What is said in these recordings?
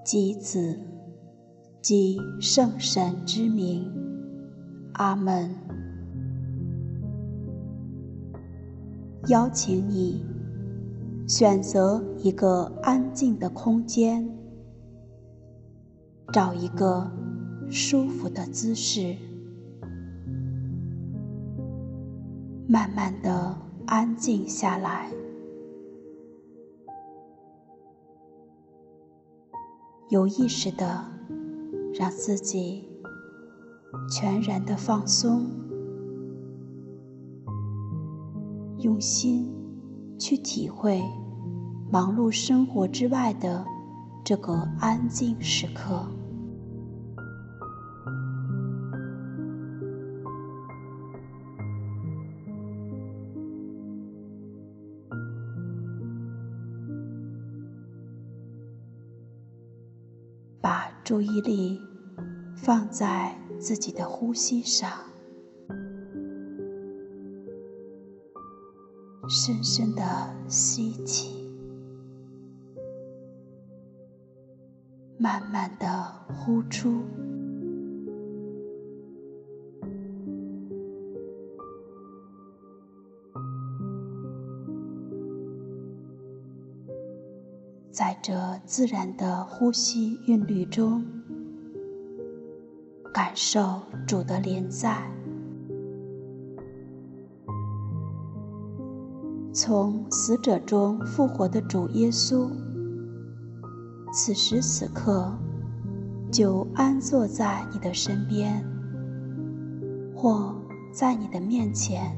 及子，即圣神之名。阿们。邀请你选择一个安静的空间，找一个舒服的姿势，慢慢地安静下来，有意识地让自己全然的放松，用心去体会忙碌生活之外的这个安静时刻。把注意力放在自己的呼吸上，深深地吸气，慢慢地呼出。在这自然的呼吸韵律中，感受主的临在，从死者中复活的主耶稣，此时此刻就安坐在你的身边，或在你的面前。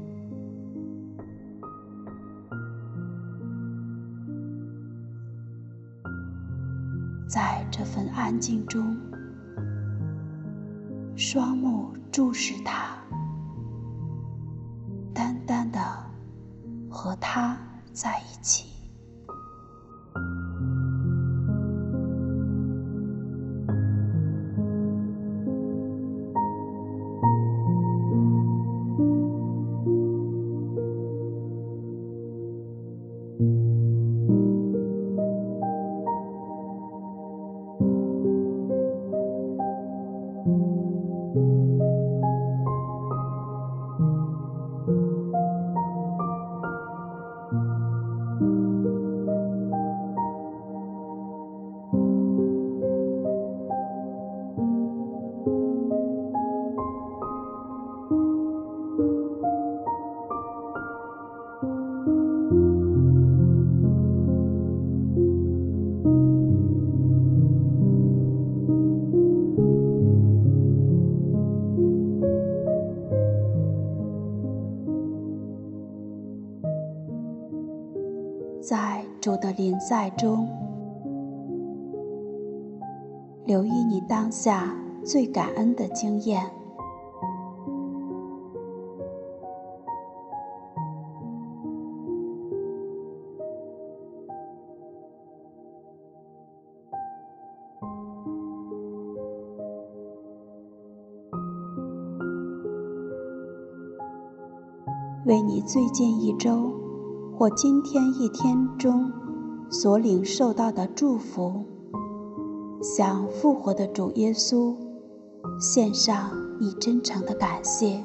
在这份安静中，双目注视他，单单的和他在一起。在主的临在中，留意你当下最感恩的经验。为你最近一周或今天一天中所领受到的祝福，向复活的主耶稣献上你真诚的感谢。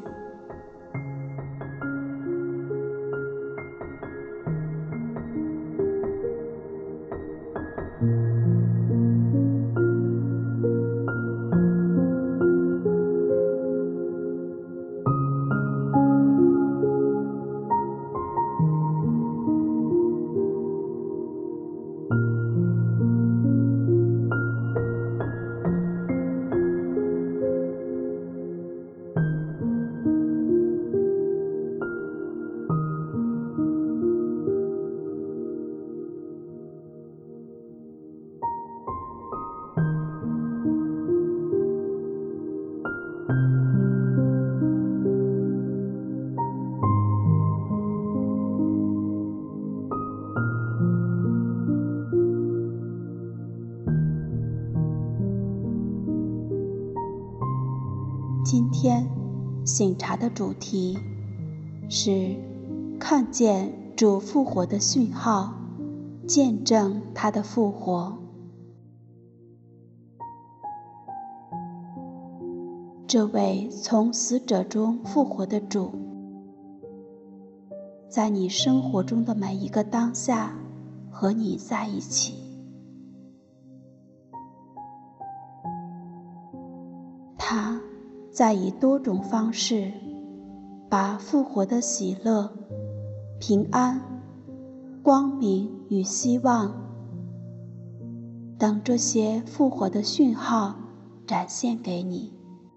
今天醒茶的主题是看见主复活的讯号，见证他的复活。 这位从死者中复活的主，在你生活中的每一个当下和你在一起。他在以多种方式把复活的喜乐、平安、光明与希望等这些复活的讯号展现给你。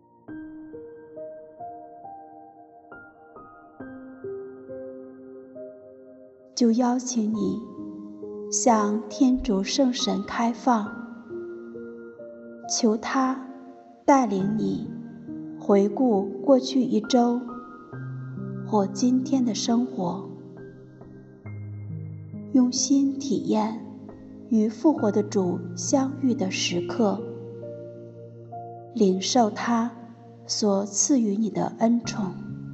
就邀请你向天主圣神开放，求他带领你回顾过去一周或今天的生活，用心体验与复活的主相遇的时刻，领受他所赐予你的恩宠。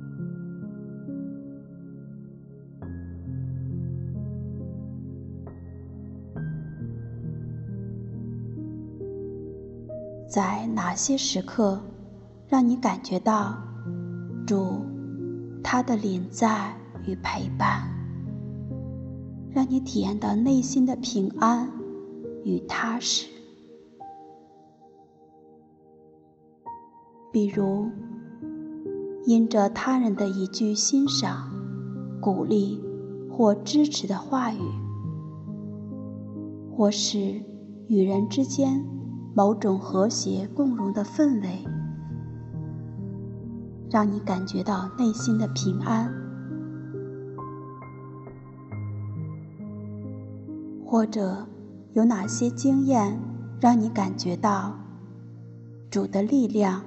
在哪些时刻让你感觉到主他的临在与陪伴，让你体验到内心的平安与踏实？比如因着他人的一句欣赏、鼓励或支持的话语，或是与人之间某种和谐共融的氛围，让你感觉到内心的平安。或者有哪些经验让你感觉到主的力量，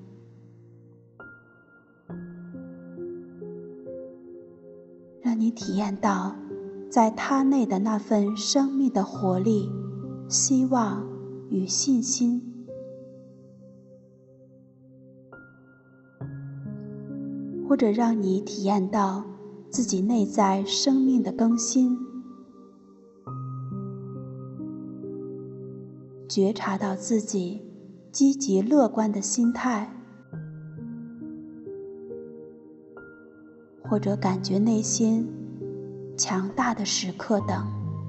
让你体验到在他内的那份生命的活力、希望与信心？或者让你体验到自己内在生命的更新，觉察到自己积极乐观的心态，或者感觉内心强大的时刻等。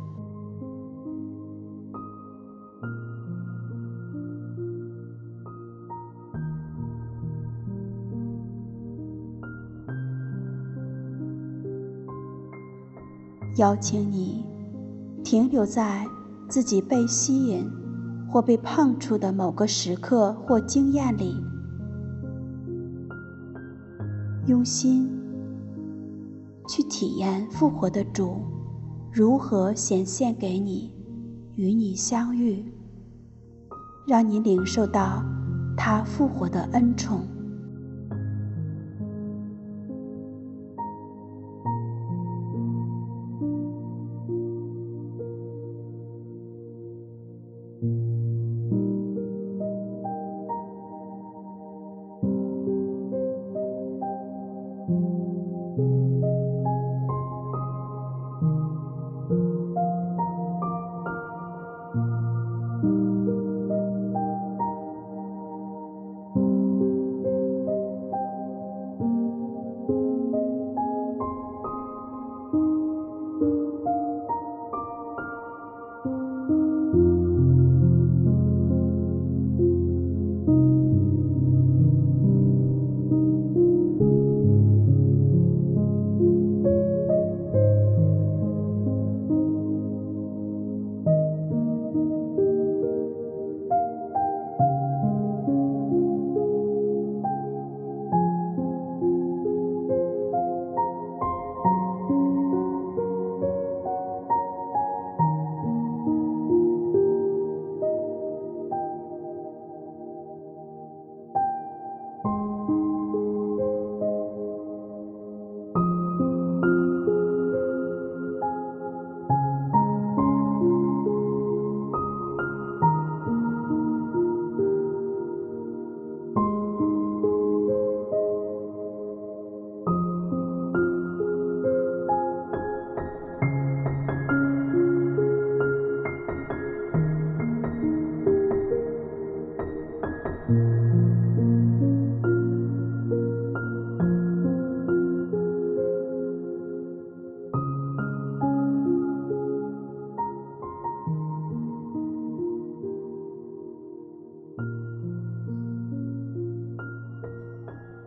邀请你停留在自己被吸引或被碰触的某个时刻或经验里，用心去体验复活的主如何显现给你，与你相遇，让你领受到他复活的恩宠。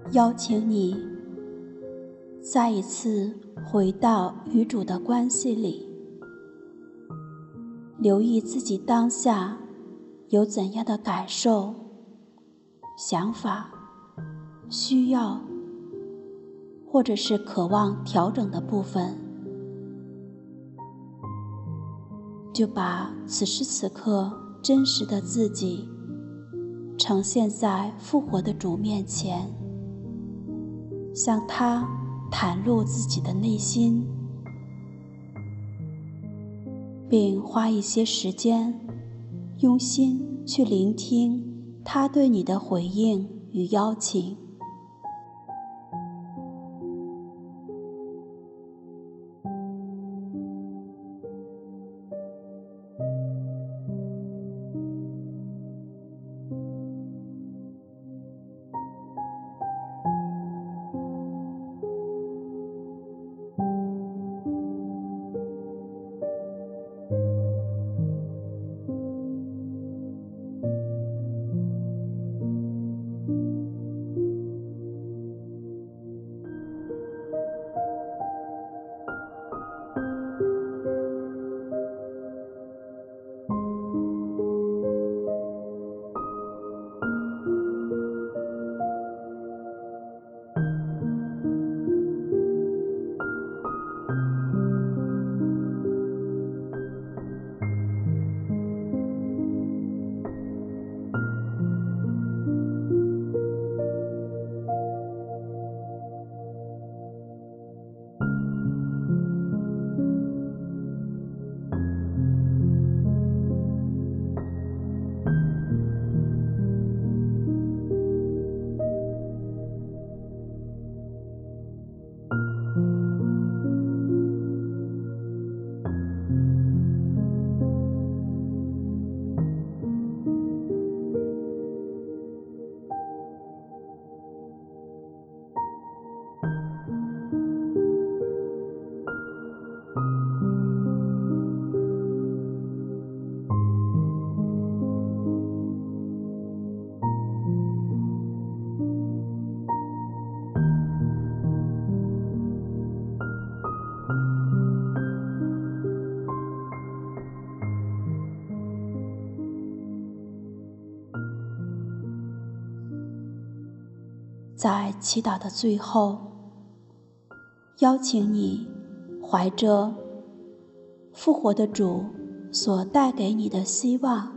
邀请你再一次回到与主的关系里，留意自己当下有怎样的感受、想法、需要，或者是渴望调整的部分，就把此时此刻真实的自己呈现在复活的主面前，向他袒露自己的内心，并花一些时间用心去聆听他对你的回应与邀请。在祈祷的最后，邀请你怀着复活的主所带给你的希望，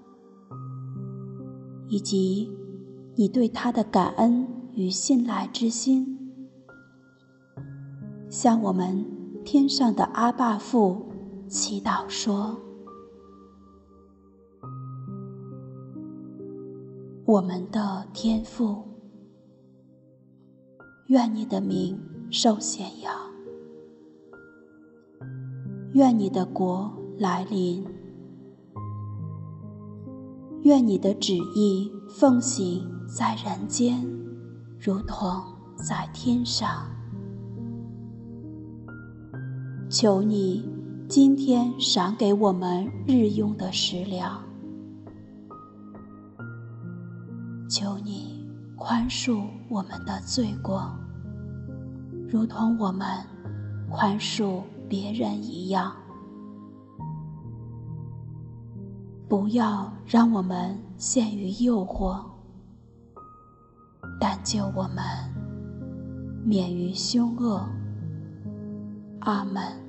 以及你对他的感恩与信赖之心，向我们天上的阿爸父祈祷说：我们的天父，愿你的名受显扬，愿你的国来临，愿你的旨意奉行在人间，如同在天上。求你今天赏给我们日用的食粮，求你宽恕我们的罪过，如同我们宽恕别人一样。不要让我们陷于诱惑，但救我们免于凶恶。阿们。